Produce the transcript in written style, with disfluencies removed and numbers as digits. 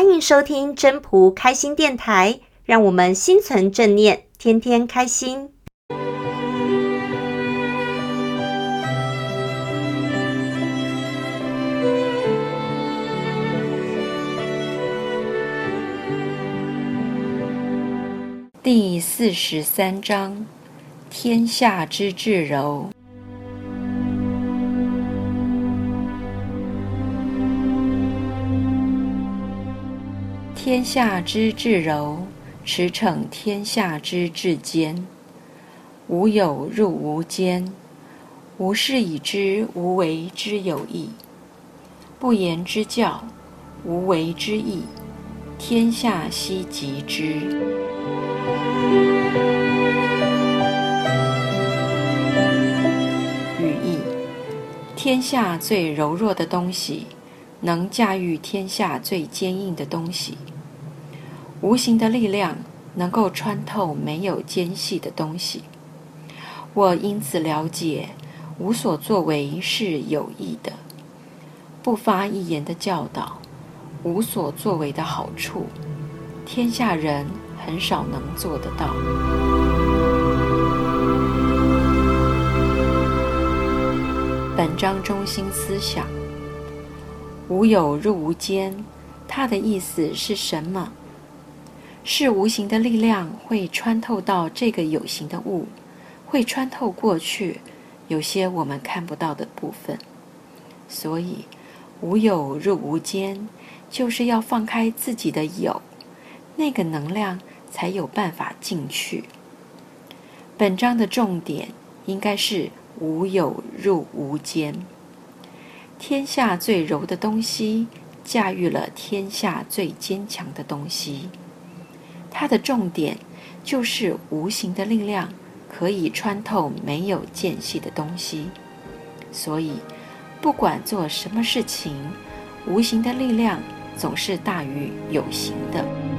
欢迎收听真仆开心电台，让我们心存正念，天天开心。 第43章：天下之至柔。天下之至柔，驰骋天下之至坚。无有入无间，无事以知无为之有益。不言之教，无为之义，天下希及之。语义：天下最柔弱的东西，能驾驭天下最坚硬的东西。无形的力量能够穿透没有间隙的东西。我因此了解，无所作为是有益的。不发一言的教导，无所作为的好处，天下人很少能做得到。本章中心思想：无有入无间，它的意思是什么？是无形的力量会穿透到这个有形的物，会穿透过去有些我们看不到的部分。所以无有入无间，就是要放开自己的有，那个能量才有办法进去。本章的重点应该是无有入无间。天下最柔的东西，驾驭了天下最坚强的东西。它的重点就是无形的力量可以穿透没有间隙的东西。所以不管做什么事情，无形的力量总是大于有形的。